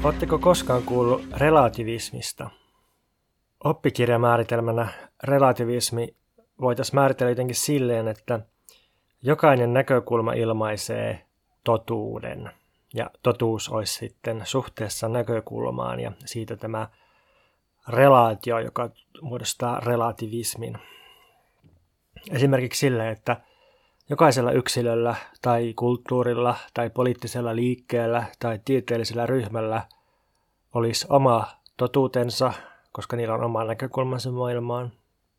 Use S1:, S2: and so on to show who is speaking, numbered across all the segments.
S1: Oletteko koskaan kuullut relativismista? Oppikirjamääritelmänä relativismi voitaisiin määritellä jotenkin silleen, että jokainen näkökulma ilmaisee totuuden. Ja totuus olisi sitten suhteessa näkökulmaan ja siitä tämä relaatio, joka muodostaa relativismin. Esimerkiksi silleen, että jokaisella yksilöllä tai kulttuurilla tai poliittisella liikkeellä tai tieteellisellä ryhmällä olisi oma totuutensa, koska niillä on oma näkökulmansa maailmaan.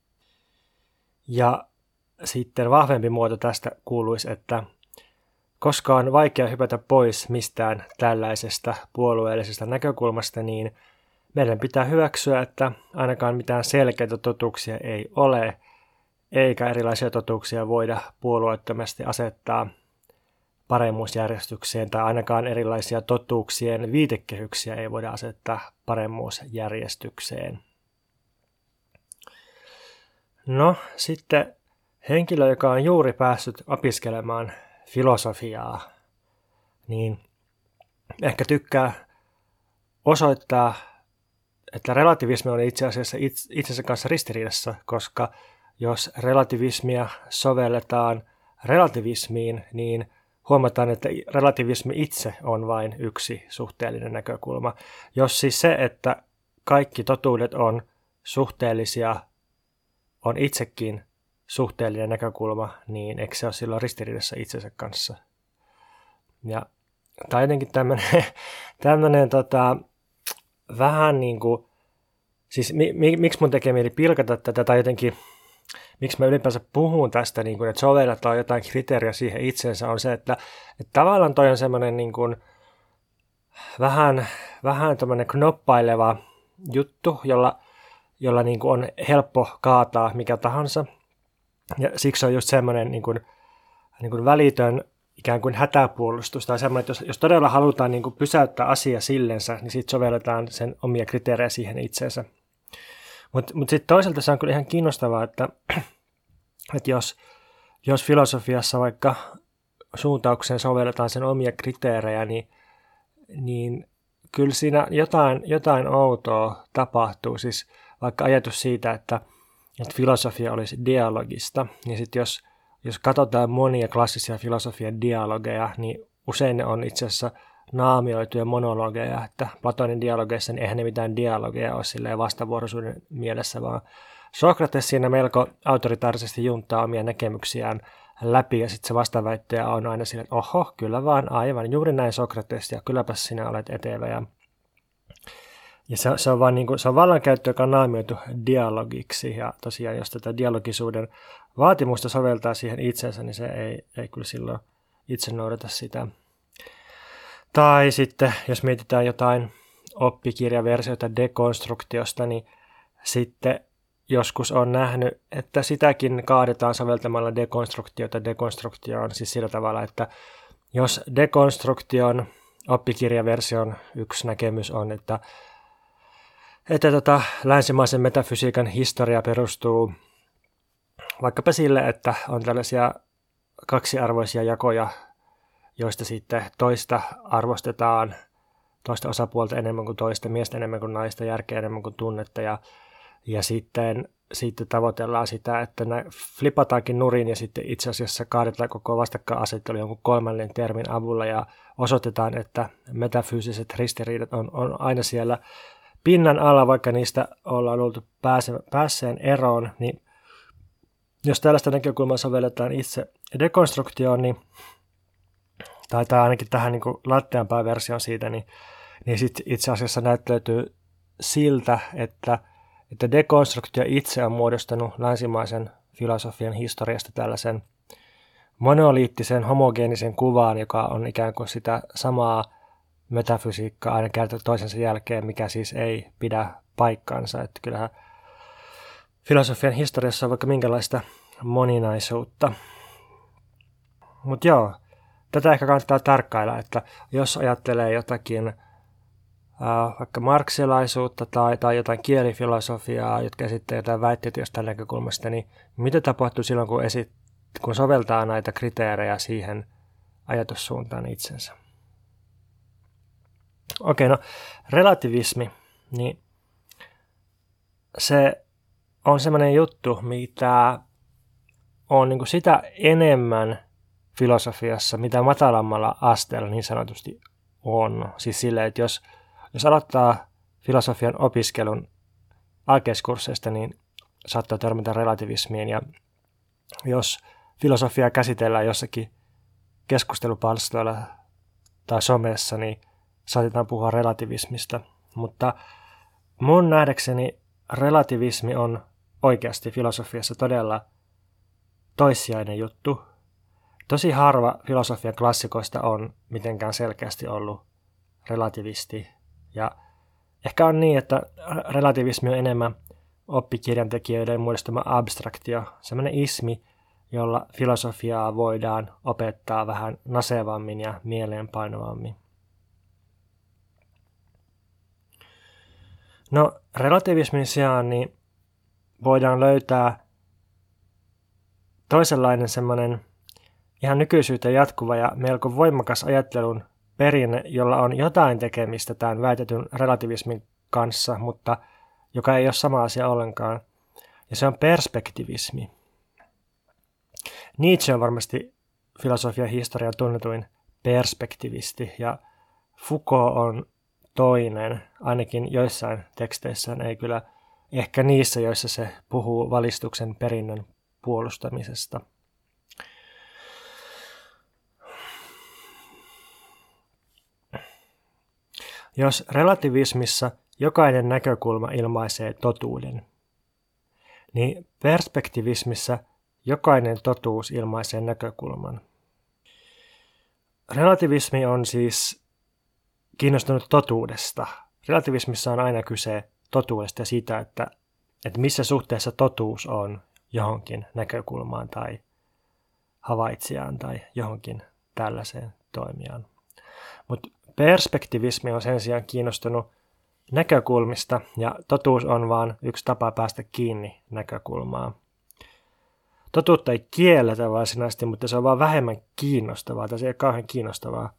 S1: Ja sitten vahvempi muoto tästä kuuluisi, että koska on vaikea hypätä pois mistään tällaisesta puolueellisesta näkökulmasta, niin meidän pitää hyväksyä, että ainakaan mitään selkeitä totuuksia ei ole, eikä erilaisia totuuksia voida puolueettomasti asettaa paremmuusjärjestykseen, tai ainakaan erilaisia totuuksien viitekehyksiä ei voida asettaa paremmuusjärjestykseen. No, sitten henkilö, joka on juuri päässyt opiskelemaan filosofiaa, niin ehkä tykkää osoittaa, että relativismi on itse asiassa itsensä kanssa ristiriidassa, koska jos relativismia sovelletaan relativismiin, niin huomataan, että relativismi itse on vain yksi suhteellinen näkökulma. Jos siis se, että kaikki totuudet on suhteellisia, on itsekin suhteellinen näkökulma, niin eikö se ole silloin ristiriidassa itsensä kanssa? Ja tai jotenkin tämmöinen vähän niin kuin, siis miksi mun tekee mieli pilkata tätä, tai jotenkin, miksi mä ylipäänsä puhun tästä, niin kuin, että sovelletaan jotain kriteeriä siihen itsensä, on se, että tavallaan toi on semmoinen niin kuin, vähän tommoinen knoppaileva juttu, jolla niin kuin on helppo kaataa mikä tahansa. Ja siksi on just semmoinen niin kuin välitön ikään kuin hätäpuolustus tai semmoinen, että jos todella halutaan niin kuin pysäyttää asia sillensä, niin sitten sovelletaan sen omia kriteerejä siihen itseensä. Mutta sitten toisaalta se on kyllä ihan kiinnostavaa, että jos filosofiassa vaikka suuntaukseen sovelletaan sen omia kriteerejä, niin kyllä siinä jotain outoa tapahtuu. Siis vaikka ajatus siitä, että filosofia olisi dialogista, niin sitten jos katsotaan monia klassisia filosofian dialogeja, niin usein ne on itse asiassa naamioituja monologeja, että Platonin dialogeissa niin eihän ne mitään dialogeja ole silleen vastavuoroisuuden mielessä, vaan Sokrates siinä melko autoritaarisesti junttaa omia näkemyksiään läpi, ja sitten se vastaväittäjä on aina silleen, että oho, kyllä vaan, aivan, juuri näin Sokrates, ja kylläpäs sinä olet etevä. Ja se on vaan niin kuin, se on vallankäyttö, joka on naamioitu dialogiksi, ja tosiaan jos tätä dialogisuuden vaatimusta soveltaa siihen itsensä, niin se ei kyllä silloin itse noudata sitä. Tai sitten, jos mietitään jotain oppikirjaversioita dekonstruktiosta, niin sitten joskus on nähnyt, että sitäkin kaadetaan soveltamalla dekonstruktiota. Dekonstruktio on siis sillä tavalla, että jos dekonstruktion oppikirjaversion yksi näkemys on, että länsimaisen metafysiikan historia perustuu vaikkapa sille, että on tällaisia kaksiarvoisia jakoja, joista sitten toista arvostetaan, toista osapuolta enemmän kuin toista, miestä enemmän kuin naista, järkeä enemmän kuin tunnetta, ja sitten tavoitellaan sitä, että ne flipataankin nurin ja sitten itse asiassa kaadetaan koko vastakkainasettelu jonkun kolmannen termin avulla ja osoitetaan, että metafyysiset ristiriidat on aina siellä pinnan alla, vaikka niistä ollaan oltu päässeen eroon, niin jos tällaista näkökulmaa sovelletaan itse dekonstruktioon, niin tai ainakin tähän niin kuin latteampaan versioon siitä, niin sit itse asiassa näyttäytyy siltä, että dekonstruktio itse on muodostanut länsimaisen filosofian historiasta tällaisen monoliittisen, homogeenisen kuvan, joka on ikään kuin sitä samaa metafysiikkaa aina kerta toisensa jälkeen, mikä siis ei pidä paikkaansa. Että kyllähän filosofian historiassa on vaikka minkälaista moninaisuutta. Mutta joo, tätä ehkä kannattaa tarkkailla, että jos ajattelee jotakin vaikka marksilaisuutta tai jotain kielifilosofiaa, jotka esittää jotain väitteitä jostain näkökulmasta, niin mitä tapahtuu silloin, kun soveltaa näitä kriteerejä siihen ajatussuuntaan itsensä? Okei, no relativismi, niin se on semmoinen juttu, mitä on niin kuin sitä enemmän filosofiassa, mitä matalammalla asteella niin sanotusti on. Siis silleen, että jos aloittaa filosofian opiskelun alkeiskursseista, niin saattaa törmätä relativismiin. Ja jos filosofiaa käsitellään jossakin keskustelupalstoilla tai somessa, niin saatetaan puhua relativismista. Mutta mun nähdäkseni relativismi on oikeasti filosofiassa todella toissijainen juttu. Tosi harva filosofian klassikoista on mitenkään selkeästi ollut relativisti. Ja ehkä on niin, että relativismi on enemmän oppikirjantekijöiden muodostama abstraktio, semmoinen ismi, jolla filosofiaa voidaan opettaa vähän nasevammin ja mieleenpainuvammin. No, relativismin sijaan niin voidaan löytää toisenlainen semmoinen ihan nykyisyyteen jatkuva ja melko voimakas ajattelun perinne, jolla on jotain tekemistä tämän väitetyn relativismin kanssa, mutta joka ei ole sama asia ollenkaan. Ja se on perspektivismi. Nietzsche on varmasti filosofian historian tunnetuin perspektivisti, ja Foucault on toinen, ainakin joissain teksteissään, ei kyllä ehkä niissä, joissa se puhuu valistuksen perinnön puolustamisesta. Jos relativismissa jokainen näkökulma ilmaisee totuuden, niin perspektivismissä jokainen totuus ilmaisee näkökulman. Relativismi on siis kiinnostunut totuudesta. Relativismissa on aina kyse totuudesta ja siitä, että missä suhteessa totuus on johonkin näkökulmaan tai havaitsijaan tai johonkin tällaiseen toimijaan. Mutta perspektivismi on sen sijaan kiinnostunut näkökulmista ja totuus on vain yksi tapa päästä kiinni näkökulmaan. Totuutta ei kielletä varsinaisesti, mutta se on vaan vähemmän kiinnostavaa tai se ei ole kauhean kiinnostavaa.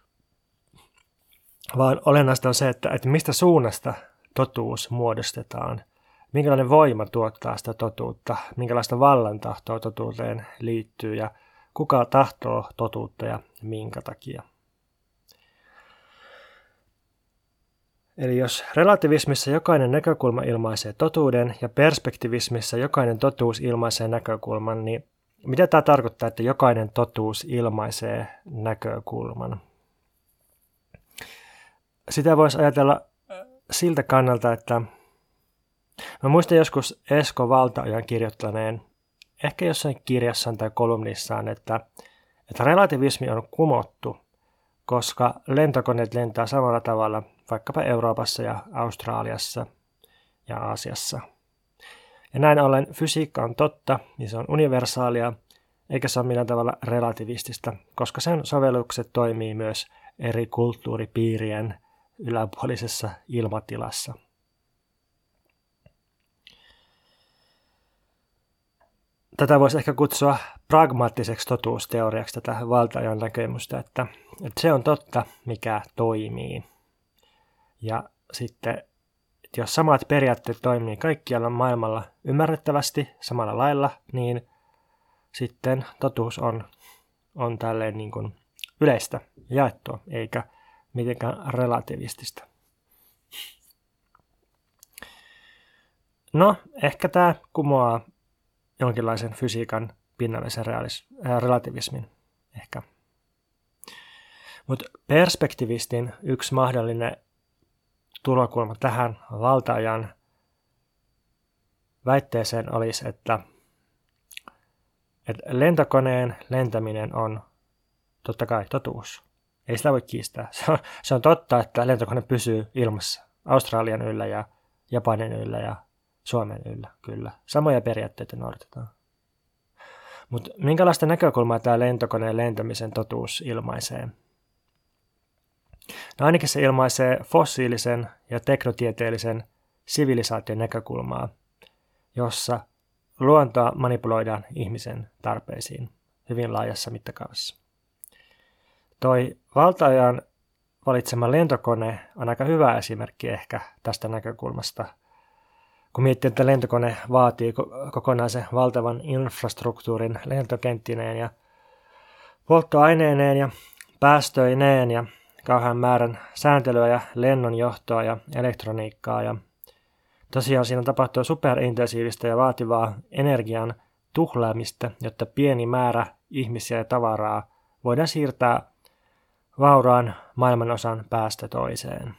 S1: Vaan olennaista on se, että mistä suunnasta totuus muodostetaan, minkälainen voima tuottaa sitä totuutta, minkälaista vallantahtoa totuuteen liittyy ja kuka tahtoo totuutta ja minkä takia. Eli jos relativismissa jokainen näkökulma ilmaisee totuuden ja perspektivismissa jokainen totuus ilmaisee näkökulman, niin mitä tämä tarkoittaa, että jokainen totuus ilmaisee näkökulman? Sitä voisi ajatella siltä kannalta, että mä muistan joskus Esko Valtaojan kirjoittaneen, ehkä jossain kirjassaan tai kolumnissaan, että relativismi on kumottu, koska lentokoneet lentää samalla tavalla vaikkapa Euroopassa ja Australiassa ja Aasiassa. Ja näin ollen fysiikka on totta, niin se on universaalia, eikä se ole millään tavalla relativistista, koska sen sovellukset toimii myös eri kulttuuripiirien yläpuolisessa ilmatilassa. Tätä voisi ehkä kutsua pragmaattiseksi totuusteoriaksi, tätä Valtaojan näkemystä, että se on totta, mikä toimii. Ja sitten, että jos samat periaatteet toimii kaikkialla maailmalla ymmärrettävästi samalla lailla, niin sitten totuus on tälleen niin kuin yleistä jaettua, eikä mitenkään relativistista. No, ehkä tämä kumoaa jonkinlaisen fysiikan pinnallisen relativismin ehkä. Mutta perspektivistin yksi mahdollinen tulokulma tähän Valtaojan väitteeseen olisi, että lentokoneen lentäminen on totta kai totuus. Ei sitä voi kiistää. Se on totta, että lentokone pysyy ilmassa Australian yllä ja Japanin yllä ja Suomen yllä, kyllä. Samoja periaatteita noudatetaan. Mutta minkälaista näkökulmaa tämä lentokoneen lentämisen totuus ilmaisee? No ainakin se ilmaisee fossiilisen ja teknotieteellisen sivilisaation näkökulmaa, jossa luontoa manipuloidaan ihmisen tarpeisiin hyvin laajassa mittakaavassa. Toi Valtaojan valitsema lentokone on aika hyvä esimerkki ehkä tästä näkökulmasta. Kun miettii, että lentokone vaatii kokonaisen valtavan infrastruktuurin lentokenttineen ja polttoaineineen ja päästöineen ja kauhean määrän sääntelyä ja lennonjohtoa ja elektroniikkaa. Ja tosiaan siinä tapahtuu superintensiivistä ja vaativaa energian tuhlaamista, jotta pieni määrä ihmisiä ja tavaraa voidaan siirtää vauraan maailmanosan päästä toiseen.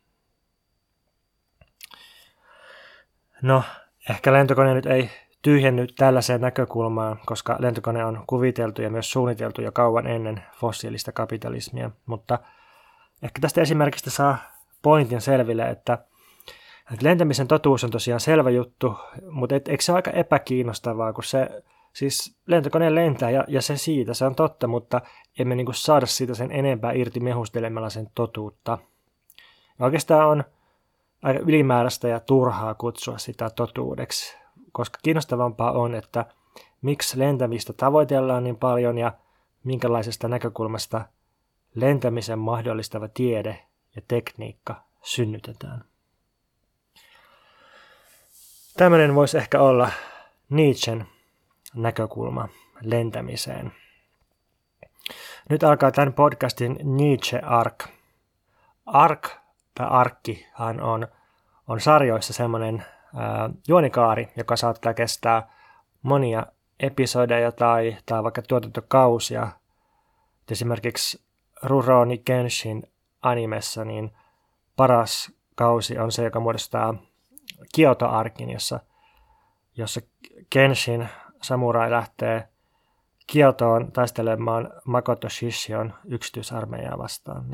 S1: No, ehkä lentokone nyt ei tyhjenny tällaiseen näkökulmaan, koska lentokone on kuviteltu ja myös suunniteltu jo kauan ennen fossiilista kapitalismia, mutta ehkä tästä esimerkistä saa pointin selville, että lentämisen totuus on tosiaan selvä juttu, mutta eikö se ole aika epäkiinnostavaa, kun se siis lentokone lentää ja se siitä, se on totta, mutta emme niin kuin saada siitä sen enempää irti mehustelemalla sen totuutta. Ja oikeastaan on aika ylimääräistä ja turhaa kutsua sitä totuudeksi, koska kiinnostavampaa on, että miksi lentämistä tavoitellaan niin paljon ja minkälaisesta näkökulmasta lentämisen mahdollistava tiede ja tekniikka synnytetään. Tämmöinen voisi ehkä olla Nietzschen näkökulma lentämiseen. Nyt alkaa tämän podcastin Nietzsche-ark. Ark tai arkkihan on sarjoissa semmoinen juonikaari, joka saattaa kestää monia episodeja tai vaikka tuotantokausia. Esimerkiksi Rurouni Kenshin animessa niin paras kausi on se, joka muodostaa Kioto-arkin, jossa Kenshin samurai lähtee Kiotoon taistelemaan Makoto Shishion yksityisarmeijaa vastaan.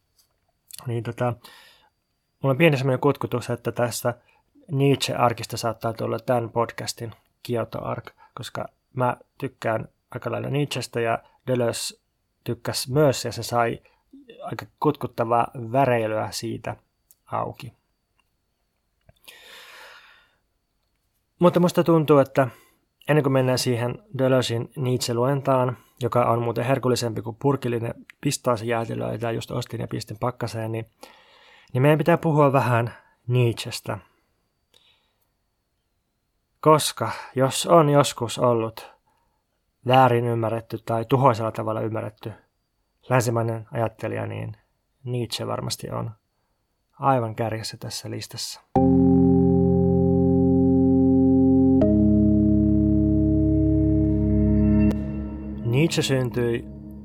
S1: Mulla on pieni semmoinen kutkutus, että tästä Nietzsche-arkista saattaa tulla tämän podcastin Kioto-ark, koska mä tykkään aika lailla Nietzschestä ja Deleuze tykkäsi myös ja se sai aika kutkuttavaa väreilyä siitä auki. Mutta musta tuntuu, että ennen kuin mennään siihen Deleuzen Nietzsche-luentaan, joka on muuten herkullisempi kuin purkillinen pistaasijäätelö, jota just ostin ja pistin pakkaseen, niin meidän pitää puhua vähän Nietzschestä. Koska jos on joskus ollut väärin ymmärretty tai tuhoisella tavalla ymmärretty länsimainen ajattelija, niin Nietzsche varmasti on aivan kärjessä tässä listassa. Nietzsche syntyi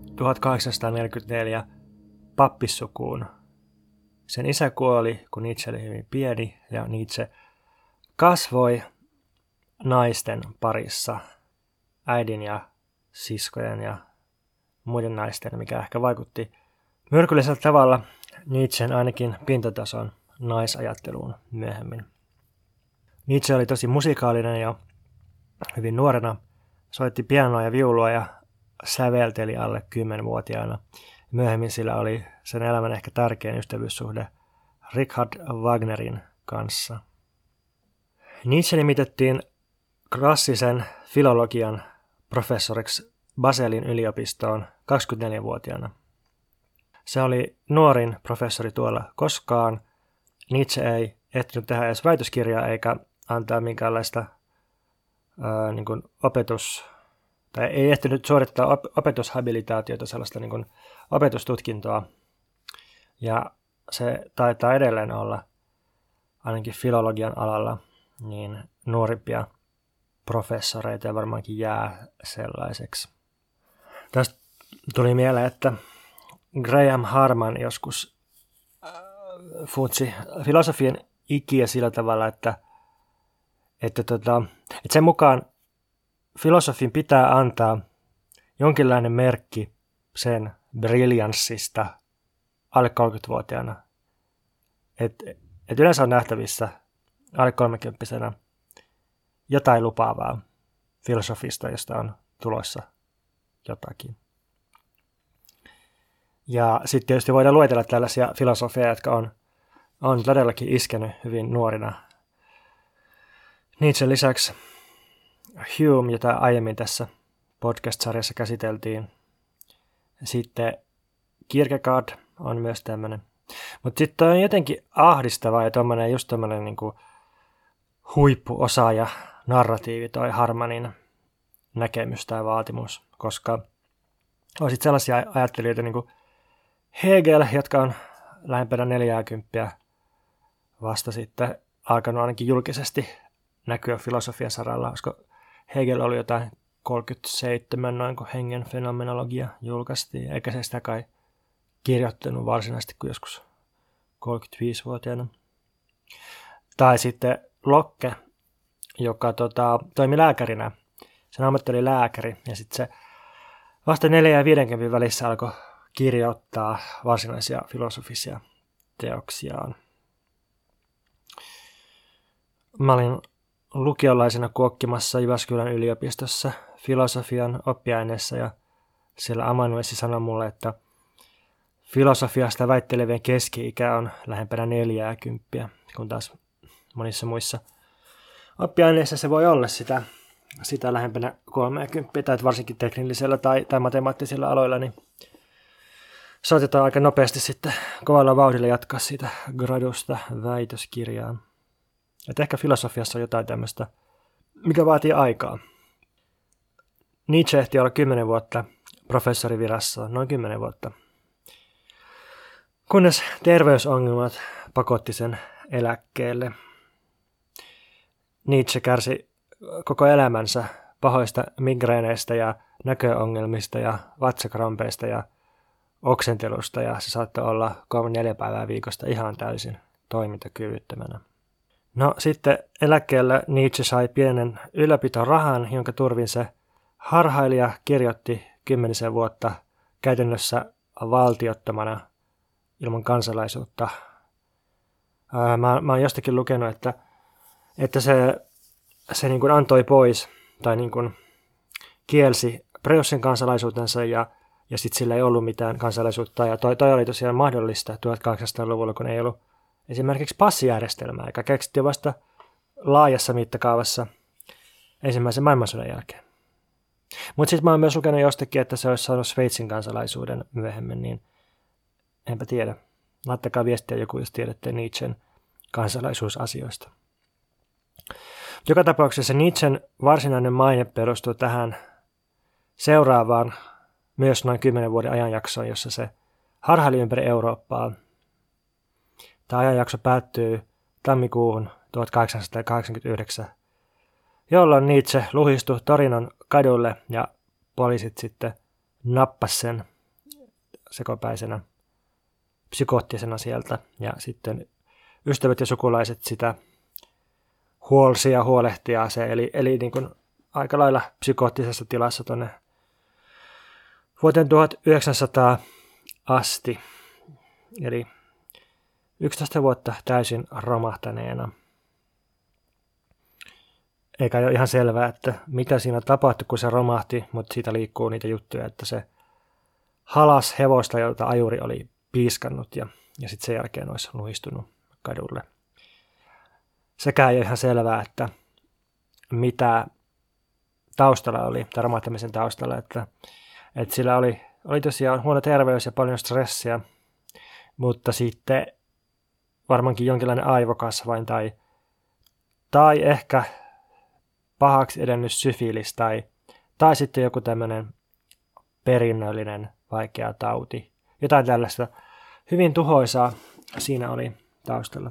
S1: 1844 pappissukuun. Sen isä kuoli, kun Nietzsche oli hyvin pieni, ja Nietzsche kasvoi naisten parissa, äidin ja siskojen ja muiden naisten, mikä ehkä vaikutti myrkyllisellä tavalla Nietzschen ainakin pintatason naisajatteluun myöhemmin. Nietzsche oli tosi musikaalinen ja hyvin nuorena, soitti pianoa ja viulua ja sävelteli alle 10-vuotiaana. Myöhemmin sillä oli sen elämän ehkä tärkein ystävyyssuhde Richard Wagnerin kanssa. Nietzsche nimitettiin klassisen filologian professoriksi Baselin yliopistoon 24-vuotiaana. Se oli nuorin professori tuolla koskaan. Nietzsche ei ehtinyt tehdä edes väitöskirjaa eikä antaa minkäänlaista tai ei ehtinyt suorittaa opetushabilitaatiota, sellaista opetustutkintoa. Ja se taitaa edelleen olla, ainakin filologian alalla, niin nuorimpia professoreita ja varmaankin jää sellaiseksi. Tästä tuli mieleen, että Graham Harman joskus funtsi filosofian ikiä sillä tavalla, että sen mukaan filosofin pitää antaa jonkinlainen merkki sen briljanssista alle 30-vuotiaana. Et yleensä on nähtävissä alle 30-vuotiaana jotain lupaavaa filosofista, josta on tulossa jotakin. Ja sitten tietysti voidaan luetella tällaisia filosofeja, jotka on todellakin iskenyt hyvin nuorina. Nietzschen lisäksi Hume, jota aiemmin tässä podcast-sarjassa käsiteltiin. Sitten Kierkegaard, on myös tämmöinen. Mutta sitten on jotenkin ahdistava ja just tommonen niinku huippuosaaja narratiivi toi Harmanin näkemys tai vaatimus, koska on sitten sellaisia ajattelijoita niin kuin Hegel, jotka on lähempänä 40 vasta sitten alkanut ainakin julkisesti näkyä filosofian saralla, koska Hegel oli jotain 37 noin, kun hengen fenomenologia julkaistiin, eikä se sitä kai kirjoittanut varsinaisesti kuin joskus 35-vuotiaana. Tai sitten Locke, joka toimi lääkärinä. Sen ammatti oli lääkäri, ja sitten se vasta 4 ja 50 välissä alkoi kirjoittaa varsinaisia filosofisia teoksiaan. Mä olin lukiolaisena kuokkimassa Jyväskylän yliopistossa filosofian oppiaineessa, ja siellä amanuenssi sanoi mulle, että filosofiasta väittelevien keski-ikä on lähempänä 40, kun taas monissa muissa oppiaineissa se voi olla sitä lähempänä 30, tai varsinkin teknillisellä tai matemaattisilla aloilla, niin saatetaan aika nopeasti sitten kovalla vauhdilla jatkaa siitä gradusta väitöskirjaan. Että ehkä filosofiassa on jotain tämmöistä, mikä vaatii aikaa. Nietzsche ehti olla 10 vuotta professorivirassa, noin 10 vuotta. Kunnes terveysongelmat pakotti sen eläkkeelle. Nietzsche kärsi koko elämänsä pahoista migreeneistä ja näköongelmista ja vatsakrampeista ja oksentelusta, ja se saattoi olla 3-4 päivää viikosta ihan täysin toimintakyvyttömänä. No sitten eläkkeellä Nietzsche sai pienen ylläpitorahan, jonka turvin se harhaili ja kirjoitti 10 vuotta käytännössä valtiottomana ilman kansalaisuutta. Mä oon jostakin lukenut, että se niin kuin antoi pois tai niin kuin kielsi Preussin kansalaisuutensa ja sitten sillä ei ollut mitään kansalaisuutta. Ja toi oli tosiaan mahdollista 1800-luvulla, kun ei ollut esimerkiksi passijärjestelmää, joka keksittiin vasta laajassa mittakaavassa ensimmäisen maailmansodan jälkeen. Mutta sitten mä oon myös lukenut jostakin, että se olisi saanut Sveitsin kansalaisuuden myöhemmin, niin enpä tiedä. Laittakaa viestiä joku, jos tiedätte Nietzschen kansalaisuusasioista. Joka tapauksessa Nietzschen varsinainen maine perustuu tähän seuraavaan myös noin 10 vuoden ajanjaksoon, jossa se harhaili ympäri Eurooppaa. Tämä ajanjakso päättyy tammikuuhun 1889, jolloin Nietzsche luhistui Torinon kadulle ja poliisit sitten nappasi sen sekopäisenä psykoottisena sieltä, ja sitten ystävät ja sukulaiset sitä huolsi ja huolehti, ja se eli niin kuin aika lailla psykoottisessa tilassa tuonne vuoteen 1900 asti, eli 11 vuotta täysin romahtaneena. Eikä ole ihan selvää, että mitä siinä tapahtui, kun se romahti, mutta siitä liikkuu niitä juttuja, että se halas hevosta, jolta ajuri oli piiskannut, ja sitten sen jälkeen olisi luhistunut kadulle. Sekään ei ole ihan selvää, että mitä taustalla oli, tai romahtamisen taustalla, että sillä oli tosiaan huono terveys ja paljon stressiä, mutta sitten varmaankin jonkinlainen aivokasvain tai ehkä pahaksi edennyt syfilis tai sitten joku tämmöinen perinnöllinen vaikea tauti. Jotain tällaista hyvin tuhoisaa siinä oli taustalla.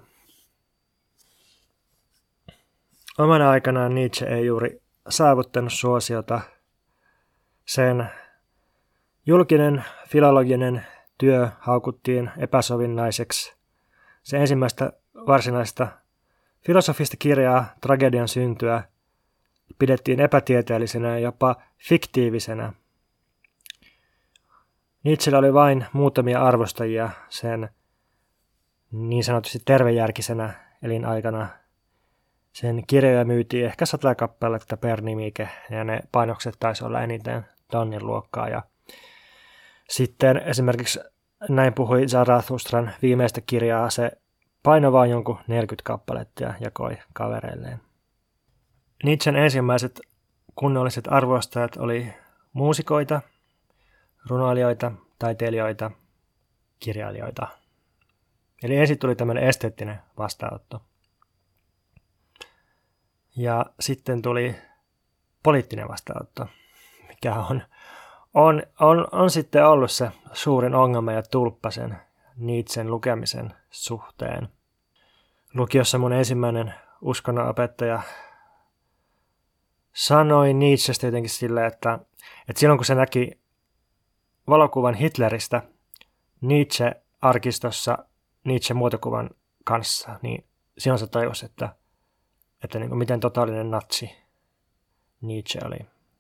S1: Omana aikanaan Nietzsche ei juuri saavuttanut suosiota. Sen julkinen filologinen työ haukuttiin epäsovinnaiseksi. Se ensimmäistä varsinaista filosofista kirjaa Tragedian syntyä pidettiin epätieteellisenä ja jopa fiktiivisenä. Nietzschellä oli vain muutamia arvostajia sen niin sanotusti tervejärkisenä elinaikana. Sen kirjoja myytiin ehkä 100 kappaletta per nimike, ja ne painokset taisi olla eniten tonnin luokkaa. Ja sitten esimerkiksi näin puhui Zarathustran viimeistä kirjaa, se painoi vain jonkun 40 kappaletta ja jakoi kavereilleen. Nietzschen ensimmäiset kunnolliset arvostajat oli muusikoita, runoilijoita, taiteilijoita, kirjailijoita. Eli ensin tuli tämmöinen esteettinen vastaanotto. Ja sitten tuli poliittinen vastaanotto, mikä on sitten ollut se suurin ongelma ja tulppa sen Nietzschen lukemisen suhteen. Lukiossa mun ensimmäinen uskonnonopettaja sanoi Nietzschestä jotenkin silleen, että silloin kun se näki valokuvan Hitleristä Nietzsche-arkistossa Nietzsche-muotokuvan kanssa, niin silloin se tajusi, että niin kuin miten totaalinen natsi Nietzsche oli.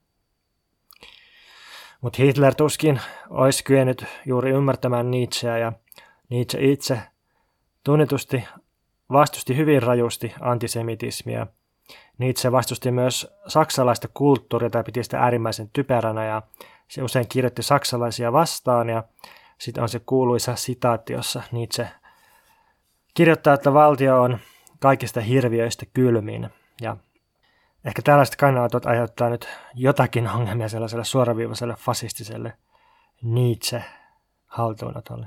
S1: Mutta Hitler tuskin olisi kyennyt juuri ymmärtämään Nietzscheä, ja Nietzsche itse tunnetusti vastusti hyvin rajusti antisemitismiä. Nietzsche vastusti myös saksalaista kulttuuria tai piti sitä äärimmäisen typeränä, ja se usein kirjoitti saksalaisia vastaan, ja sitten on se kuuluisa sitaatti, jossa Nietzsche kirjoittaa, että valtio on kaikista hirviöistä kylmin, ja ehkä tällaiset kannanotot aiheuttaa nyt jotakin ongelmia sellaiselle suoraviivaiselle fasistiselle Nietzsche-haltuunotolle.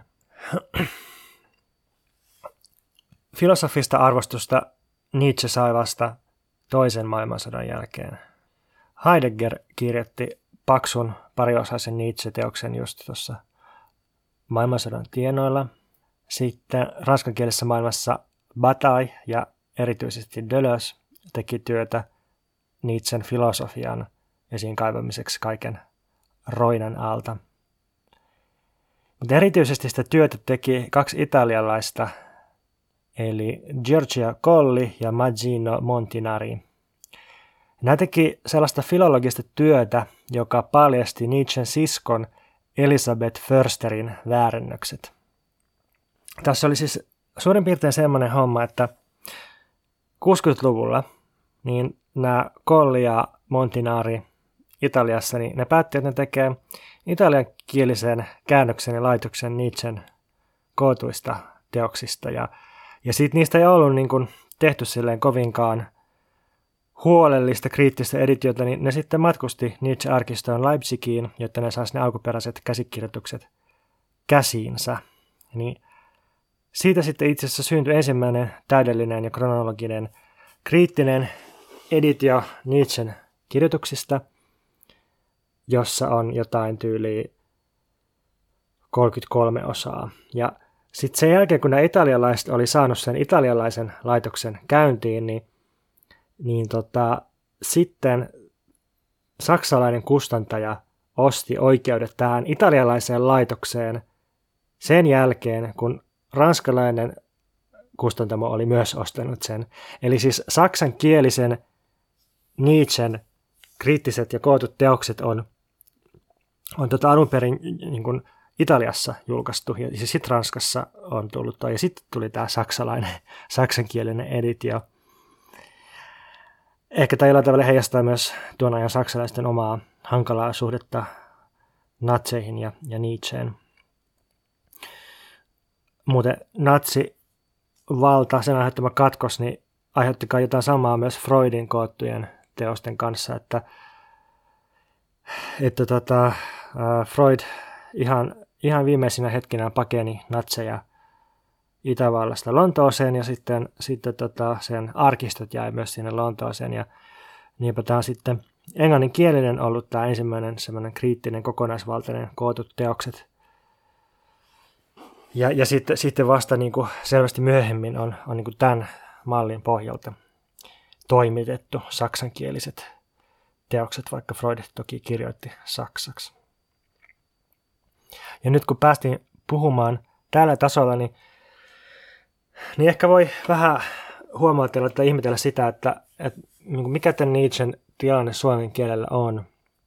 S1: Filosofista arvostusta Nietzsche sai vasta toisen maailmansodan jälkeen. Heidegger kirjoitti paksun pariosaisen Nietzsche-teoksen just tuossa maailmansodan tienoilla. Sitten ranskankielisessä maailmassa Bataille ja erityisesti Deleuze teki työtä Nietzschen filosofian esiin kaivamiseksi kaiken roinan alta. Mutta erityisesti sitä työtä teki kaksi italialaista, eli Giorgio Colli ja Maggino Montinari. Nämä teki sellaista filologista työtä, joka paljasti Nietzschen siskon Elisabeth Försterin väärennökset. Tässä oli siis suurin piirtein semmoinen homma, että 60-luvulla niin nämä Colli ja Montinari Italiassa, niin ne päätti, että ne tekee italiankielisen käännöksen ja laitoksen Nietzschen kootuista teoksista. Ja sitten niistä ei ollut niin kuin tehty silleen kovinkaan huolellista, kriittistä editiota, niin ne sitten matkusti Nietzsche-arkistoon Leipzigiin, jotta ne saisi ne alkuperäiset käsikirjoitukset käsiinsä. Niin siitä sitten itse asiassa syntyi ensimmäinen täydellinen ja kronologinen kriittinen editio Nietzschen kirjoituksista, jossa on jotain tyyliä 33 osaa. Ja sitten sen jälkeen, kun nämä italialaiset oli saanut sen italialaisen laitoksen käyntiin, niin sitten saksalainen kustantaja osti oikeudet tähän italialaiseen laitokseen sen jälkeen, kun ranskalainen kustantamo oli myös ostanut sen. Eli siis saksankielisen Nietzschen kriittiset ja kootut teokset on alun perin niin kuin Italiassa julkaistu, ja sitten Ranskassa on tullut ja sitten tuli tämä saksankielinen editio. Ehkä tämä jollain tavalla heijastaa myös tuon ajan saksalaisten omaa hankalaa suhdetta natseihin ja Nietzscheen. Muuten natsivalta, sen aiheuttama katkos, niin aiheutti jotain samaa myös Freudin koottujen teosten kanssa, että Freud ihan viimeisinä hetkinä pakeni natseja Itävallasta Lontooseen, ja sitten sen arkistot jäi myös sinne Lontooseen, ja niinpä tämä on sitten englanninkielinen ollut tämä ensimmäinen semmoinen kriittinen kokonaisvaltainen kootut teokset. Ja sitten vasta niin kuin selvästi myöhemmin on niin kuin tämän mallin pohjalta toimitettu saksankieliset teokset, vaikka Freud toki kirjoitti saksaksi. Ja nyt kun päästiin puhumaan tällä tasolla, niin ehkä voi vähän huomautella tai ihmetellä sitä, että mikä tämän Nietzschen tilanne suomen kielellä on.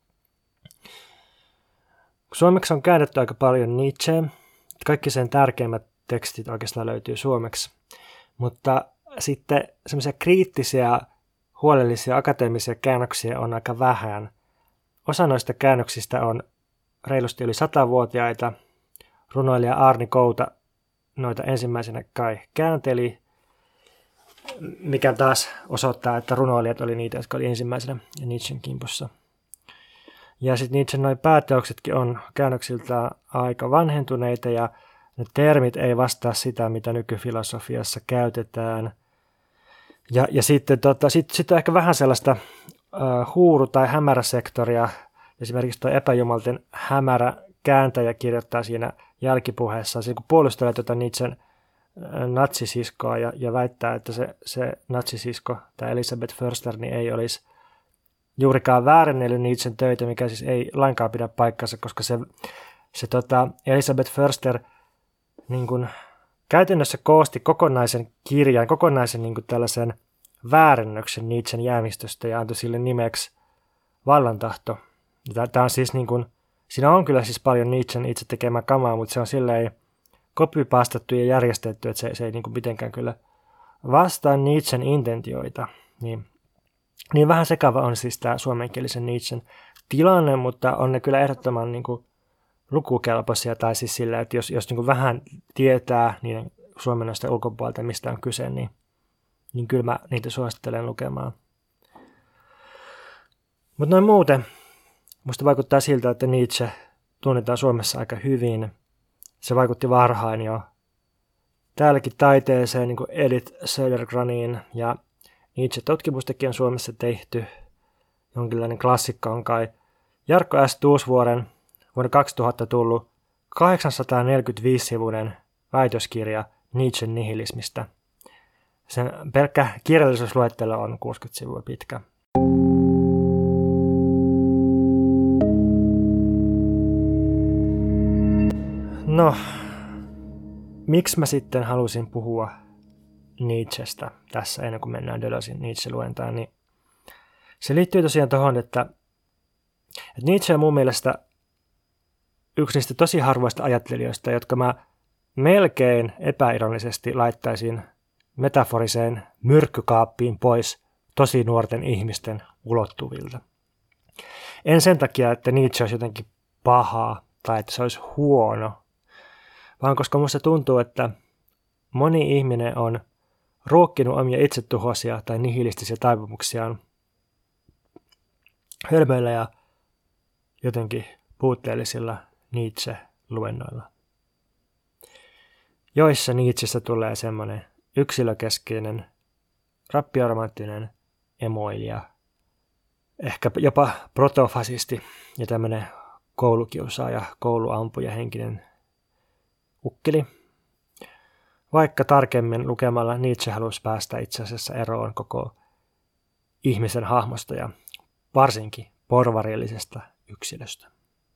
S1: Suomeksi on käännetty aika paljon Nietzscheä. Kaikki sen tärkeimmät tekstit oikeastaan löytyy suomeksi. Mutta sitten semmoisia kriittisiä, huolellisia, akateemisia käännöksiä on aika vähän. Osa noista käännöksistä on reilusti yli 100-vuotiaita. Runoilija Arni Kouta noita ensimmäisenä kai käänteli, mikä taas osoittaa, että runoilijat oli niitä, jotka oli ensimmäisenä Nietzschen kimpussa. Ja sitten Nietzschen noin pääteoksetkin on käännöksiltä aika vanhentuneita, ja ne termit ei vastaa sitä, mitä nykyfilosofiassa käytetään. Ja sitten sit on ehkä vähän sellaista huuru- tai hämäräsektoria. Esimerkiksi tuo epäjumalten hämärä kääntäjä kirjoittaa siinä jälkipuheessaan, kun puolustelee Nietzschen natsisiskoa ja väittää, että se natsisisko, tämä Elisabeth Förster, niin ei olisi juurikaan väärennellyt Nietzschen töitä, mikä siis ei lainkaan pidä paikkansa, koska se Elisabeth Förster niin kuin käytännössä koosti kokonaisen kirjan, kokonaisen niin kuin tällaisen väärennöksen Nietzschen jäämistöstä ja antoi sille nimeksi Vallantahto. Tämä on siis niin kuin, siinä on kyllä siis paljon Nietzschen itse tekemää kamaa, mutta se on silleen copypastattu ja järjestetty, että se ei niin kuin mitenkään kyllä vastaa Nietzschen intentioita. Niin vähän sekava on siis tämä suomenkielisen Nietzschen tilanne, mutta on ne kyllä ehdottoman niin kuin lukukelpoisia, tai siis sillä, että jos niin kuin vähän tietää niiden suomennosten ulkopuolelta, mistä on kyse, niin kyllä mä niitä suosittelen lukemaan. Mutta noin muuten, musta vaikuttaa siltä, että Nietzsche tunnetaan Suomessa aika hyvin. Se vaikutti varhain jo täälläkin taiteeseen, niin kuin Edith Södergraniin, ja Nietzsche-tutkimustakin on Suomessa tehty. Jonkinlainen klassikko on kai Jarkko S. Tuusvuoren vuonna 2000 tullut 845-sivuinen väitöskirja Nietzschen nihilismistä. Sen pelkkä kirjallisuusluettelo on 60 sivua pitkä. No, miksi mä sitten halusin puhua Nietzschestä tässä ennen kuin mennään Deleuzen Nietzsche-luentaan, niin se liittyy tosiaan tuohon, että Nietzsche on mun mielestä yksi niistä tosi harvoista ajattelijoista, jotka mä melkein epäironisesti laittaisin metaforiseen myrkkykaappiin pois tosi nuorten ihmisten ulottuvilta. En sen takia, että Nietzsche olisi jotenkin pahaa tai että se olisi huono, vaan koska musta tuntuu, että moni ihminen on ruokkinut omia itsetuhoisia tai nihilistisiä taipumuksiaan hölmöillä ja jotenkin puutteellisilla Nietzsche-luennoilla, joissa Nietzschestä tulee semmoinen yksilökeskeinen, rappioromanttinen emoilija, ehkä jopa protofasisti ja tämmöinen koulukiusaaja, kouluampuja henkinen ukkeli. Vaikka tarkemmin lukemalla Nietzsche halusi päästä itse asiassa eroon koko ihmisen hahmosta ja varsinkin porvarillisesta yksilöstä.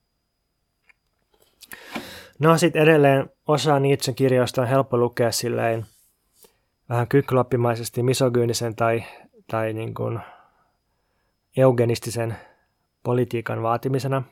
S1: No sitten edelleen osa Nietzschen kirjoista on helppo lukea silleen vähän kykloppimaisesti misogyynisen tai niin kuin eugenistisen politiikan vaatimisena.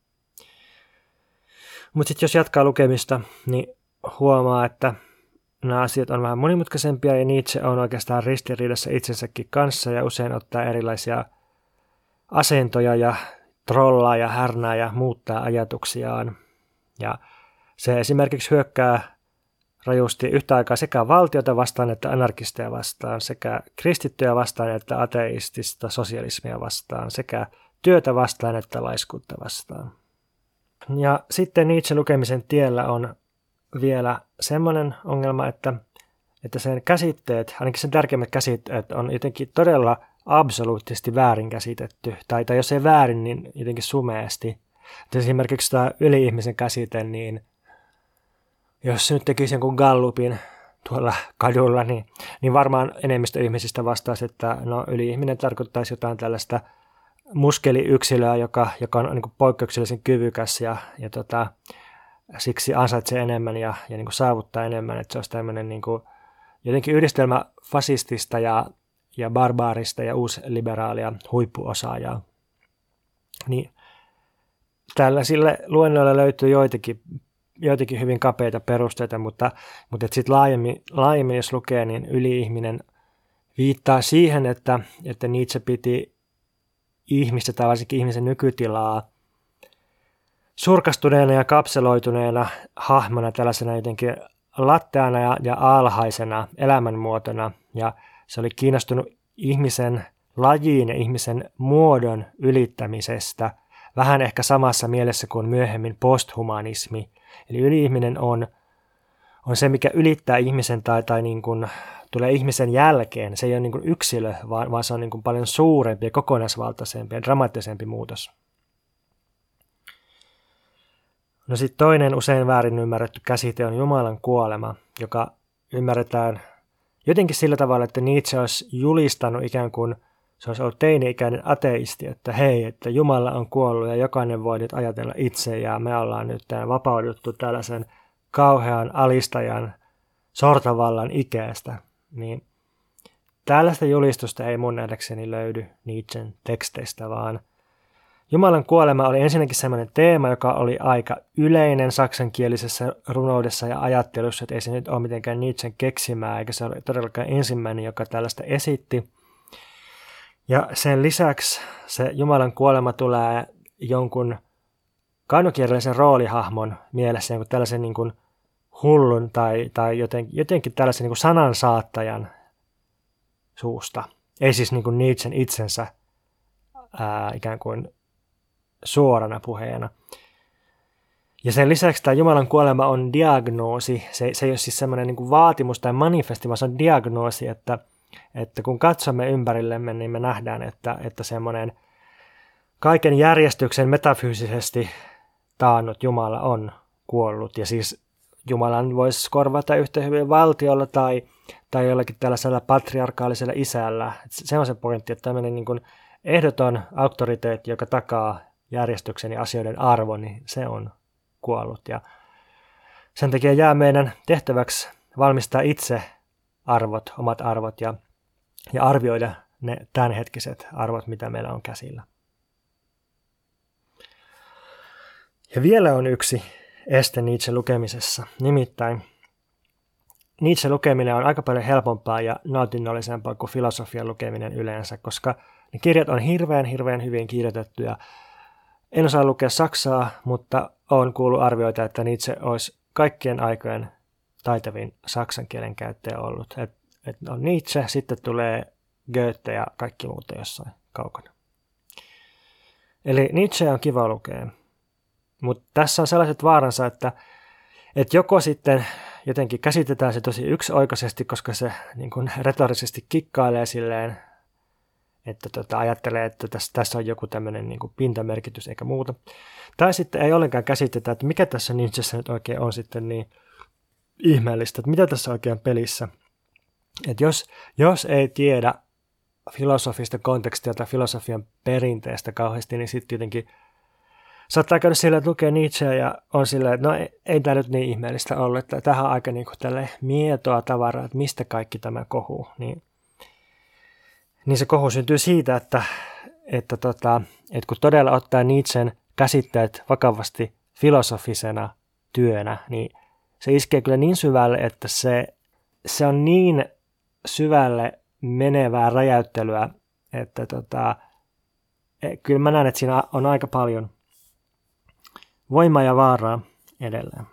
S1: Mutta sitten jos jatkaa lukemista, niin huomaa, että nämä asiat on vähän monimutkaisempia ja Nietzsche on oikeastaan ristiriidassa itsensäkin kanssa ja usein ottaa erilaisia asentoja ja trollaa ja härnää ja muuttaa ajatuksiaan. Ja se esimerkiksi hyökkää rajusti yhtä aikaa sekä valtiota vastaan että anarkisteja vastaan, sekä kristittyjä vastaan että ateistista sosialismia vastaan, sekä työtä vastaan että laiskuutta vastaan. Ja sitten Nietzsche lukemisen tiellä on vielä semmoinen ongelma, että sen käsitteet, ainakin sen tärkeimmät käsitteet, on jotenkin todella absoluuttisesti väärin käsitetty, tai jos ei väärin, niin jotenkin sumeasti. Esimerkiksi tämä yli-ihmisen käsite, niin jos nyt tekisi jonkun gallupin tuolla kadulla, niin varmaan enemmistö ihmisistä vastaisi, että no, yli-ihminen tarkoittaisi jotain tällaista muskeliyksilöä, joka on niin kuin poikkeuksellisen kyvykäs ja siksi ansaitsee enemmän ja niin kuin saavuttaa enemmän, että se olisi tämmöinen niin kuin jotenkin yhdistelmä fasistista ja barbaarista ja uusliberaalia huippuosaajaa. Niin tällaisille luennoille löytyy joitakin hyvin kapeita perusteita, mutta sitten laajemmin jos lukee, niin yli-ihminen viittaa siihen, että Nietzsche piti ihmistä tai varsinkin ihmisen nykytilaa surkastuneena ja kapseloituneena hahmona tällaisena jotenkin latteana ja alhaisena elämänmuotona, ja se oli kiinnostunut ihmisen lajiin ja ihmisen muodon ylittämisestä, vähän ehkä samassa mielessä kuin myöhemmin posthumanismi. Eli yli-ihminen on on se, mikä ylittää ihmisen tai niin kuin tulee ihmisen jälkeen. Se ei ole niin kuin yksilö, vaan se on niin kuin paljon suurempi ja kokonaisvaltaisempi ja dramaattisempi muutos. No sitten toinen usein väärin ymmärretty käsite on Jumalan kuolema, joka ymmärretään jotenkin sillä tavalla, että Nietzsche olisi julistanut ikään kuin se olisi ollut teini-ikäinen ateisti, että hei, että Jumala on kuollut ja jokainen voi nyt ajatella itse ja me ollaan nyt vapauduttu tällaisen kauhean alistajan sortavallan ikästä. Niin tällaista julistusta ei mun nähdäkseni löydy Nietzschen teksteistä, vaan Jumalan kuolema oli ensinnäkin sellainen teema, joka oli aika yleinen saksankielisessä runoudessa ja ajattelussa, että ei se nyt ole mitenkään Nietzschen keksimää, eikä se ole todellakaan ensimmäinen, joka tällaista esitti. Ja sen lisäksi se Jumalan kuolema tulee jonkun kaunokirjallisen roolihahmon mielessä, jonkun tällaisen niin kuin hullun tai jotenkin tällaisen niin kuin sanansaattajan suusta. Ei siis niin kuin Nietzschen itsensä ikään kuin suorana puheena. Ja sen lisäksi tämä Jumalan kuolema on diagnoosi. Se ei ole siis semmoinen niin kuin vaatimus tai manifesti, vaan se on diagnoosi, että kun katsomme ympärillemme, niin me nähdään, että semmoinen kaiken järjestyksen metafyysisesti taannut Jumala on kuollut. Ja siis Jumalan voisi korvata yhtä hyvin valtiolla tai jollakin tällaisella patriarkaalisella isällä. Se on se pointti, että tämmöinen niin kuin ehdoton auktoriteetti, joka takaa järjestyksen ja asioiden arvon, niin se on kuollut. Ja sen takia jää meidän tehtäväksi valmistaa itse arvot, omat arvot ja arvioida ne tämänhetkiset arvot, mitä meillä on käsillä. Ja vielä on yksi este Nietzsche lukemisessa. Nimittäin Nietzsche lukeminen on aika paljon helpompaa ja nautinnollisempaa kuin filosofian lukeminen yleensä, koska ne kirjat on hirveän hyvin kirjoitettuja. En osaa lukea saksaa, mutta olen kuullut arvioita, että Nietzsche olisi kaikkien aikojen taitavin saksan kielen käyttäjä ollut. Että on Nietzsche, sitten tulee Goethe ja kaikki muuta jossain kaukana. Eli Nietzsche on kiva lukea. Mutta tässä on sellaiset vaaransa, että joko sitten jotenkin käsitetään se tosi yksioikoisesti, koska se niin kuin retorisesti kikkailee silleen, että ajattelee, että tässä on joku tämmöinen niin kuin pintamerkitys eikä muuta. Tai sitten ei ollenkaan käsitetä, että mikä tässä Nietzschessä nyt oikein on sitten niin ihmeellistä, että mitä tässä oikein pelissä. Että jos ei tiedä filosofista kontekstia tai filosofian perinteestä kauheasti, niin sitten jotenkin saattaa käydä sillä, että lukee Nietzscheä ja on silleen, että no ei tämä nyt niin ihmeellistä ollut, että tähän on aika niin kuin tälle mietoa tavaraa, että mistä kaikki tämä kohuu. Niin se kohu syntyy siitä, että kun todella ottaa Nietzschen käsitteet vakavasti filosofisena työnä, niin se iskee kyllä niin syvälle, että se on niin syvälle menevää räjäyttelyä, että kyllä mä näen, että siinä on aika paljon voimaa ja vaaraa edelleen.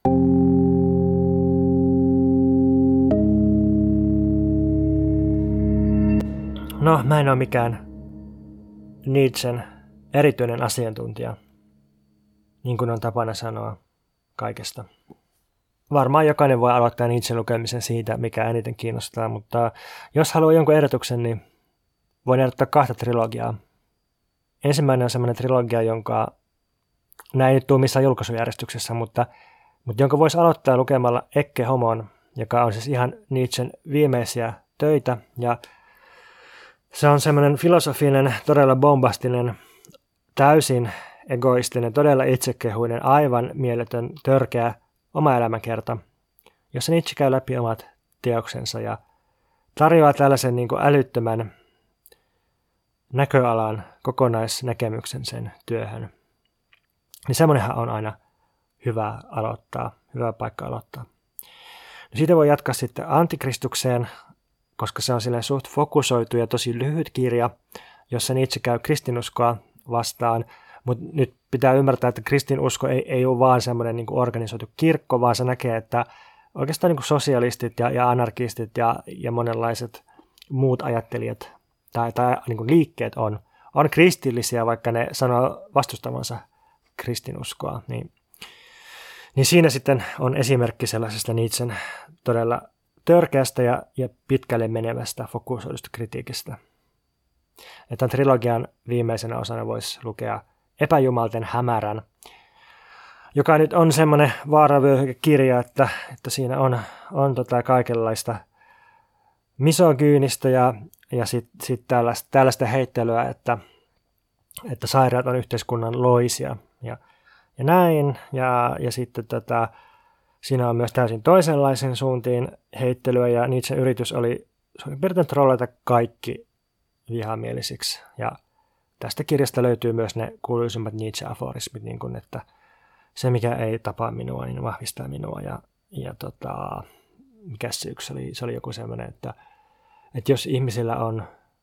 S1: No, mä en ole mikään Nietzschen erityinen asiantuntija, niin kuin on tapana sanoa kaikesta. Varmaan jokainen voi aloittaa Nietzschen lukemisen siitä, mikä eniten kiinnostaa, mutta jos haluaa jonkun ehdotuksen, niin voin ehdottaa 2 trilogiaa. Ensimmäinen on semmoinen trilogia, jonka näin nyt tule missään julkaisujärjestyksessä, mutta jonka voisi aloittaa lukemalla Ecce Homon, joka on siis ihan Nietzschen viimeisiä töitä. Ja se on semmoinen filosofinen, todella bombastinen, täysin egoistinen, todella itsekehuinen, aivan mieletön, törkeä oma elämänkerta, jossa Nietzsche käy läpi omat teoksensa ja tarjoaa tällaisen niin kuin älyttömän näköalan kokonaisnäkemyksen sen työhön. Niin semmoinenhan on aina hyvä paikka aloittaa. No siitä voi jatkaa sitten Antikristukseen, koska se on silleen suht fokusoitu ja tosi lyhyt kirja, jossa Nietzsche käy kristinuskoa vastaan. Mutta nyt pitää ymmärtää, että kristinusko ei ole vaan semmoinen niin kuin organisoitu kirkko, vaan se näkee, että oikeastaan niin kuin sosialistit ja anarkistit ja monenlaiset muut ajattelijat tai niin kuin liikkeet on kristillisiä, vaikka ne sanoo vastustavansa kristinuskoa. Niin Niin siinä sitten on esimerkki sellaisesta Nietzschen todella törkeästä ja pitkälle menevästä fokusoidusta kritiikistä. Ja tämän trilogian viimeisenä osana voisi lukea Epäjumalten hämärän, joka nyt on semmoinen vaaravyöhykekirja, että siinä on kaikenlaista misogyynistä ja sit tällaista heittelyä, että sairaat on yhteiskunnan loisia ja näin. Ja sitten siinä on myös täysin toisenlaisen suuntiin heittelyä, ja Nietzschen yritys oli piirtein trollata kaikki vihamielisiksi. Ja tästä kirjasta löytyy myös ne kuuluisimmat Nietzsche-aforismit, niin kuin, että se, mikä ei tapaa minua, niin vahvistaa minua. Mikä se yksi oli? Se oli joku sellainen, että jos ihmisillä on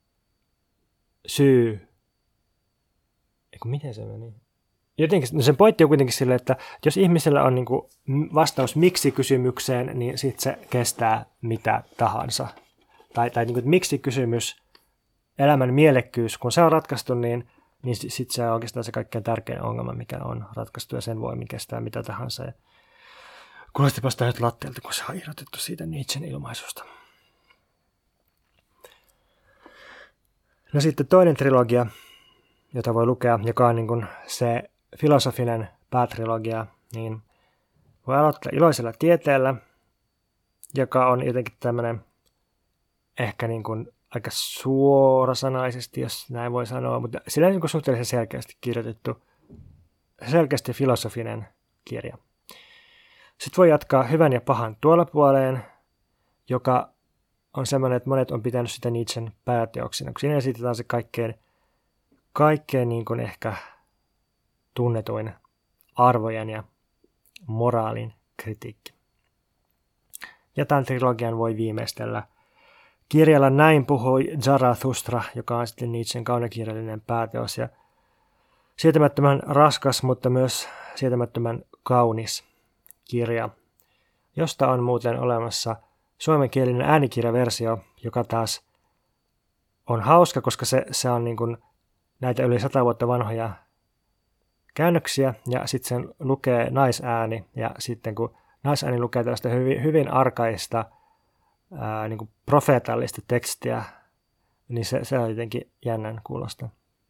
S1: syy, miten se meni? Jotenkin, sen pointti on kuitenkin sille, että jos ihmisellä on niin kuin vastaus miksi-kysymykseen, niin sitten se kestää mitä tahansa. Tai niin kuin, miksi-kysymys, elämän mielekkyys, kun se on ratkaistu, niin sitten se on oikeastaan se kaikkein tärkein ongelma, mikä on ratkaistu, ja sen voimin kestää mitä tahansa. Ja kuulostipa sitä nyt latteelta, kun se on irrotettu siitä Nietzschen ilmaisusta. No sitten toinen trilogia, jota voi lukea, joka on niin kuin se filosofinen päätrilogia, niin voi aloittaa Iloisella tieteellä, joka on jotenkin tämmöinen ehkä niin kuin aika suorasanaisesti, jos näin voi sanoa, mutta sillä on niin kuin suhteellisen selkeästi kirjoitettu, selkeästi filosofinen kirja. Sitten voi jatkaa Hyvän ja pahan tuolla puoleen, joka on semmoinen, että monet on pitänyt sitä Nietzschen pääteoksina, kun siinä esitetään se kaikkein niin kuin ehkä tunnetuin arvojen ja moraalin kritiikki. Ja tämän trilogian voi viimeistellä kirjalla Näin puhui Zarathustra, joka on sitten Nietzschen kaunokirjallinen pääteos ja sietämättömän raskas, mutta myös sietämättömän kaunis kirja, josta on muuten olemassa suomenkielinen äänikirjaversio, joka taas on hauska, koska se on niin kuin näitä yli 100 vuotta vanhoja käännöksiä, ja sitten sen lukee naisääni, ja sitten kun naisääni lukee tällaista hyvin arkaista, niin kuin profeetallista tekstiä, niin se on jotenkin jännän kuulosta.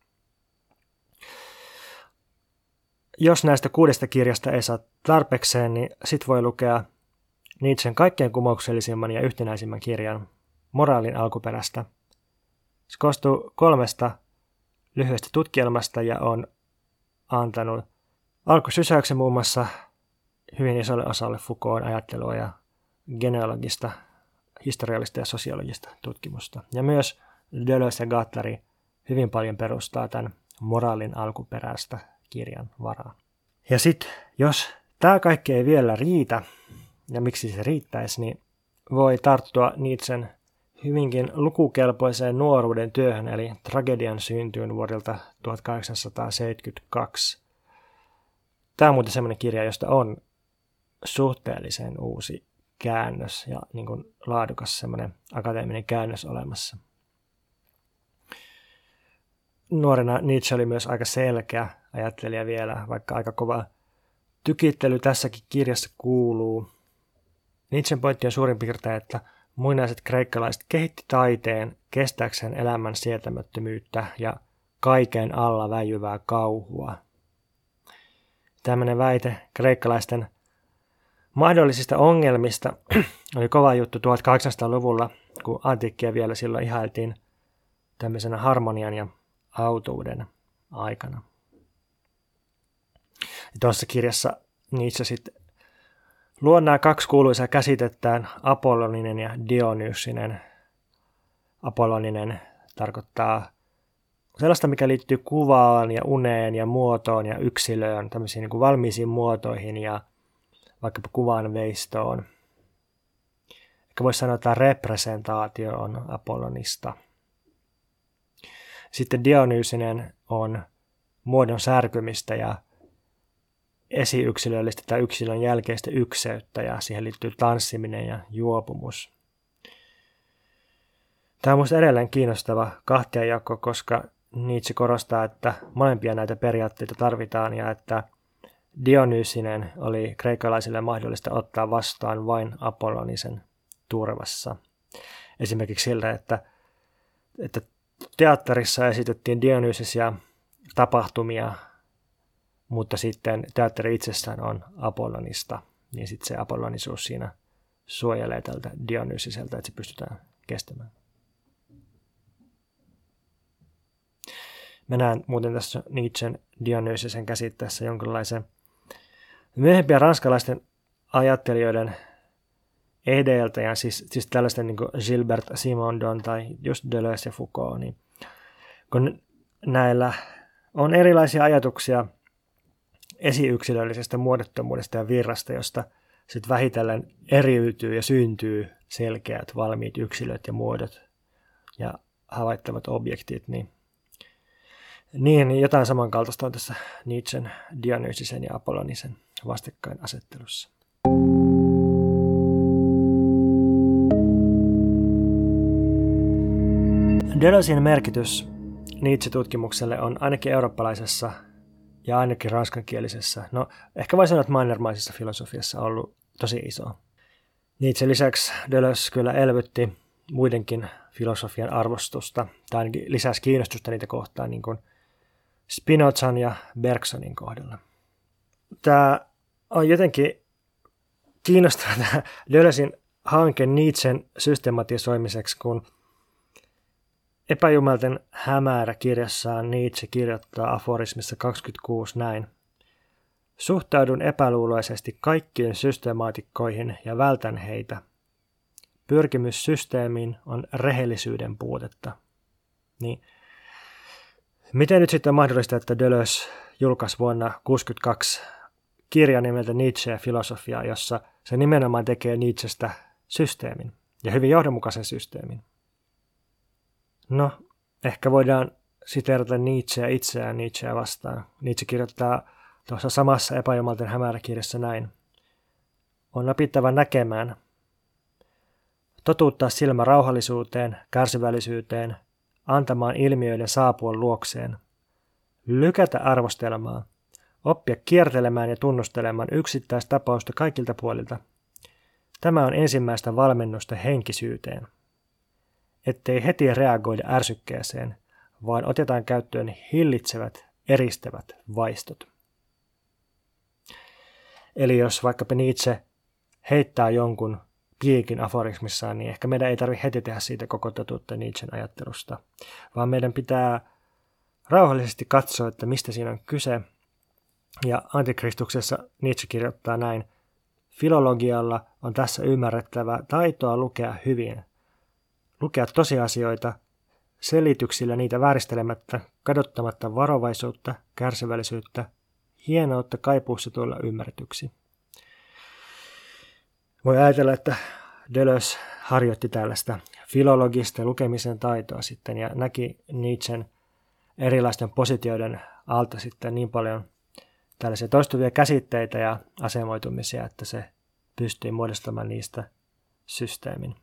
S1: Jos näistä 6 kirjasta ei saa tarpeekseen, niin sit voi lukea Nietzschen kaikkein kumouksellisimman ja yhtenäisimmän kirjan, Moraalin alkuperästä. Se koostuu 3 lyhyestä tutkielmasta ja on antanut alkusysäyksen muun muassa hyvin isolle osalle Foucaultin ajattelua ja genealogista, historiallista ja sosiologista tutkimusta. Ja myös Deleuze ja Guattari hyvin paljon perustaa tämän Moraalin alkuperäistä kirjan varaan. Ja sitten, jos tämä kaikki ei vielä riitä, ja miksi se riittäisi, niin voi tarttua Nietzschen hyvinkin lukukelpoiseen nuoruuden työhön, eli Tragedian syntyyn vuodelta 1872. Tämä on muuten sellainen kirja, josta on suhteellisen uusi käännös ja niin kuin laadukas semmoinen akateeminen käännös olemassa. Nuorena Nietzsche oli myös aika selkeä ajattelija vielä, vaikka aika kova tykittely tässäkin kirjassa kuuluu. Nietzschen pointti on suurin piirtein, että muinaiset kreikkalaiset kehitti taiteen kestääkseen elämän sietämättömyyttä ja kaiken alla väijyvää kauhua. Tämmöinen väite kreikkalaisten mahdollisista ongelmista oli kova juttu 1800-luvulla, kun antiikkia vielä silloin ihailtiin tämmöisenä harmonian ja autuuden aikana. Tuossa kirjassa Nietzsche sitten luo nämä 2 kuuluisaa käsitettään, apolloninen ja dionysinen. Apolloninen tarkoittaa sellaista, mikä liittyy kuvaan ja uneen ja muotoon ja yksilöön, tämmöisiin niin kuin valmiisiin muotoihin ja vaikkapa kuvan veistoon. Ehkä voisi sanoa, että representaatio on apollonista. Sitten dionysinen on muodon särkymistä ja esiyksilöllistä tai yksilön jälkeistä ykseyttä, ja siihen liittyy tanssiminen ja juopumus. Tämä on minusta edelleen kiinnostava kahtiajako, koska Nietzsche korostaa, että molempia näitä periaatteita tarvitaan ja että Dionysinen oli kreikkalaisille mahdollista ottaa vastaan vain Apollonisen turvassa. Esimerkiksi sillä, että teatterissa esitettiin Dionysisia tapahtumia, mutta sitten teatteri itsessään on Apollonista, niin sitten se apollonisuus siinä suojelee tältä Dionysiseltä, että se pystytään kestämään. Mä näen muuten tässä Nietzschen Dionysisen käsitteessä jonkinlaisen myöhempien ranskalaisten ajattelijoiden edeltäjän, siis tällaisten niin kuin Gilbert Simondon tai just Deleuze ja Foucault, niin kun näillä on erilaisia ajatuksia esiyksilöllisestä muodottomuudesta ja virrasta, josta sitten vähitellen eriytyy ja syntyy selkeät valmiit yksilöt ja muodot ja havaittavat objektit, niin jotain samankaltaista on tässä Nietzschen Dionysisen ja Apollonisen vastakkainasettelussa. Deleuzen merkitys Nietzsche-tutkimukselle on ainakin eurooppalaisessa ja ainakin ranskankielisessä, no ehkä voi sanoa, että mannermaisessa filosofiassa ollut tosi iso. Nietzsche lisäksi Deleuze kyllä elvytti muidenkin filosofian arvostusta, tai ainakin lisäsi kiinnostusta niitä kohtaan, niin kuin Spinozan ja Bergsonin kohdalla. Tämä on jotenkin kiinnostava tämä Deleuzen hanke Nietzschen systematisoimiseksi, kun Epäjumalten hämärä kirjassaan Nietzsche kirjoittaa aforismissa 26 näin. Suhtaudun epäluuloisesti kaikkiin systemaatikkoihin ja vältän heitä. Pyrkimys systeemiin on rehellisyyden puutetta. Niin, miten nyt sitten on mahdollista, että Deleuze julkaisi vuonna 1962 kirjan nimeltä Nietzsche ja filosofia, jossa se nimenomaan tekee Nietzschestä systeemin ja hyvin johdonmukaisen systeemin? No, ehkä voidaan siteerata Nietzscheä itseään Nietzscheä vastaan. Nietzsche kirjoittaa tuossa samassa Epäjumalten hämäräkirjassa näin. On opittava näkemään, totuuttaa silmä rauhallisuuteen, kärsivällisyyteen, antamaan ilmiöiden saapua luokseen, lykätä arvostelmaa, oppia kiertelemään ja tunnustelemaan yksittäistapausta kaikilta puolilta. Tämä on ensimmäistä valmennusta henkisyyteen. Ettei heti reagoida ärsykkeeseen, vaan otetaan käyttöön hillitsevät, eristävät vaistot. Eli jos vaikkapa Nietzsche heittää jonkun piikin aforismissaan, niin ehkä meidän ei tarvitse heti tehdä siitä koko totuutta Nietzschen ajattelusta, vaan meidän pitää rauhallisesti katsoa, että mistä siinä on kyse. Ja Antikristuksessa Nietzsche kirjoittaa näin, filologialla on tässä ymmärrettävä taitoa lukea hyvin, lukea tosiasioita, selityksillä niitä vääristelemättä, kadottamatta varovaisuutta, kärsivällisyyttä, hienoutta kaipuussa tulla ymmärretyksi. Voi ajatella, että Deleuze harjoitti tällaista filologista lukemisen taitoa sitten ja näki Nietzschen erilaisten positioiden alta sitten niin paljon tällaisia toistuvia käsitteitä ja asemoitumisia, että se pystyi muodostamaan niistä systeemin.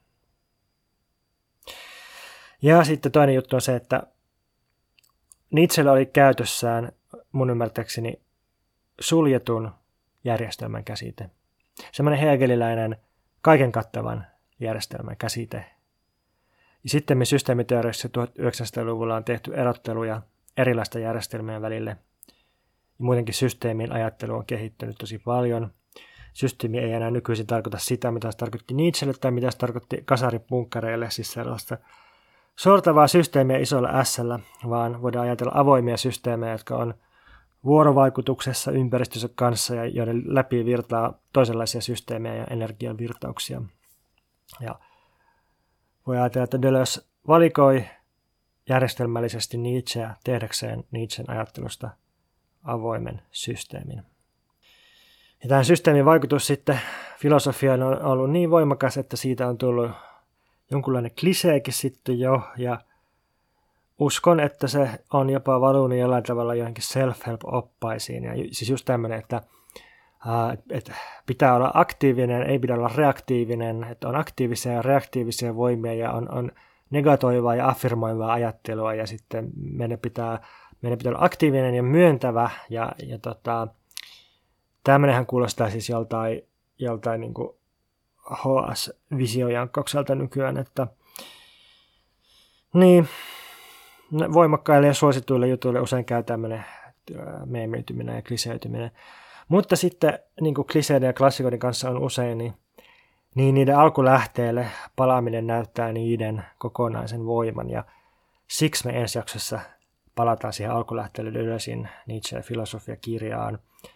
S1: Ja sitten toinen juttu on se, että Nietzschellä oli käytössään mun ymmärtääkseni suljetun järjestelmän käsite. Semmoinen hegeliläinen kaiken kattavan järjestelmän käsite. Ja sitten me systeemiteoriassa 1900-luvulla on tehty erotteluja erilaista järjestelmien välille. Ja muutenkin systeemin ajattelu on kehittynyt tosi paljon. Systeemi ei enää nykyisin tarkoita sitä, mitä se tarkoitti Nietzschelle tai mitä se tarkoitti kasaripunkkareille, siis sellaista sortavaa systeemiä isolla S:llä, vaan voidaan ajatella avoimia systeemejä, jotka on vuorovaikutuksessa ympäristönsä kanssa ja joiden läpi virtaa toisenlaisia systeemejä ja energiavirtauksia. Ja voi ajatella, että Deleuze valikoi järjestelmällisesti Nietzscheä tehdäkseen Nietzschen ajattelusta avoimen systeemin. Ja tämän systeemin vaikutus sitten filosofiaan on ollut niin voimakas, että siitä on tullut jonkunlainen kliseekin sitten jo, ja uskon, että se on jopa valunut jollain tavalla johonkin self-help-oppaisiin. Ja siis just tämmöinen, että pitää olla aktiivinen, ei pidä olla reaktiivinen, että on aktiivisia ja reaktiivisia voimia ja on negatoivaa ja affirmoivaa ajattelua ja sitten meidän pitää olla aktiivinen ja myöntävä ja tämmönenhän kuulostaa siis joltain niin kuin HS-visiojankkaukselta nykyään, että niin, voimakkaille ja suosituille jutuille usein käy tämmöinen meemiytyminen ja kliseytyminen. Mutta sitten niin kuin kliseiden ja klassikoiden kanssa on usein, niin niiden alkulähteelle palaaminen näyttää niiden kokonaisen voiman. Ja siksi me ensi jaksossa palataan siihen alkulähteelle Deleuzen Nietzsche filosofiakirjaan.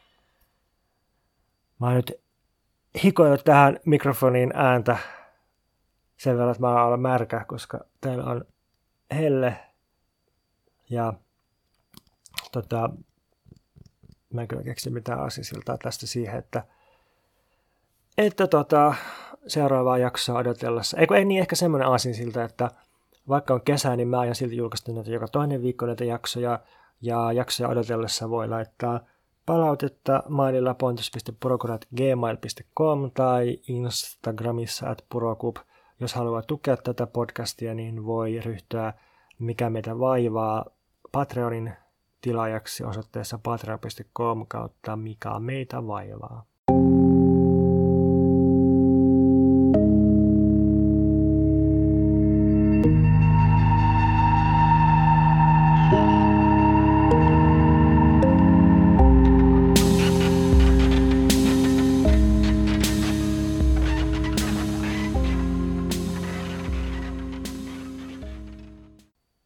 S1: Mä oon nyt hikoillut tähän mikrofoniin ääntä sen verran, että mä oon märkä, koska täällä on helle. Ja mä en kyllä keksi mitään asiasiltaa tästä siihen, että seuraavaa jaksoa odotellessa. Ei niin ehkä semmoinen aasinsilta, että vaikka on kesä, niin mä aion silti julkaista näitä joka toinen viikko näitä jaksoja. Ja jaksoja odotellessa voi laittaa palautetta maililla pontus.purokurat@gmail.com tai Instagramissa @purokub. Jos haluaa tukea tätä podcastia, niin voi ryhtyä Mikä meitä vaivaa Patreonin tilaajaksi osoitteessa patreon.com/Mikä meitä vaivaa.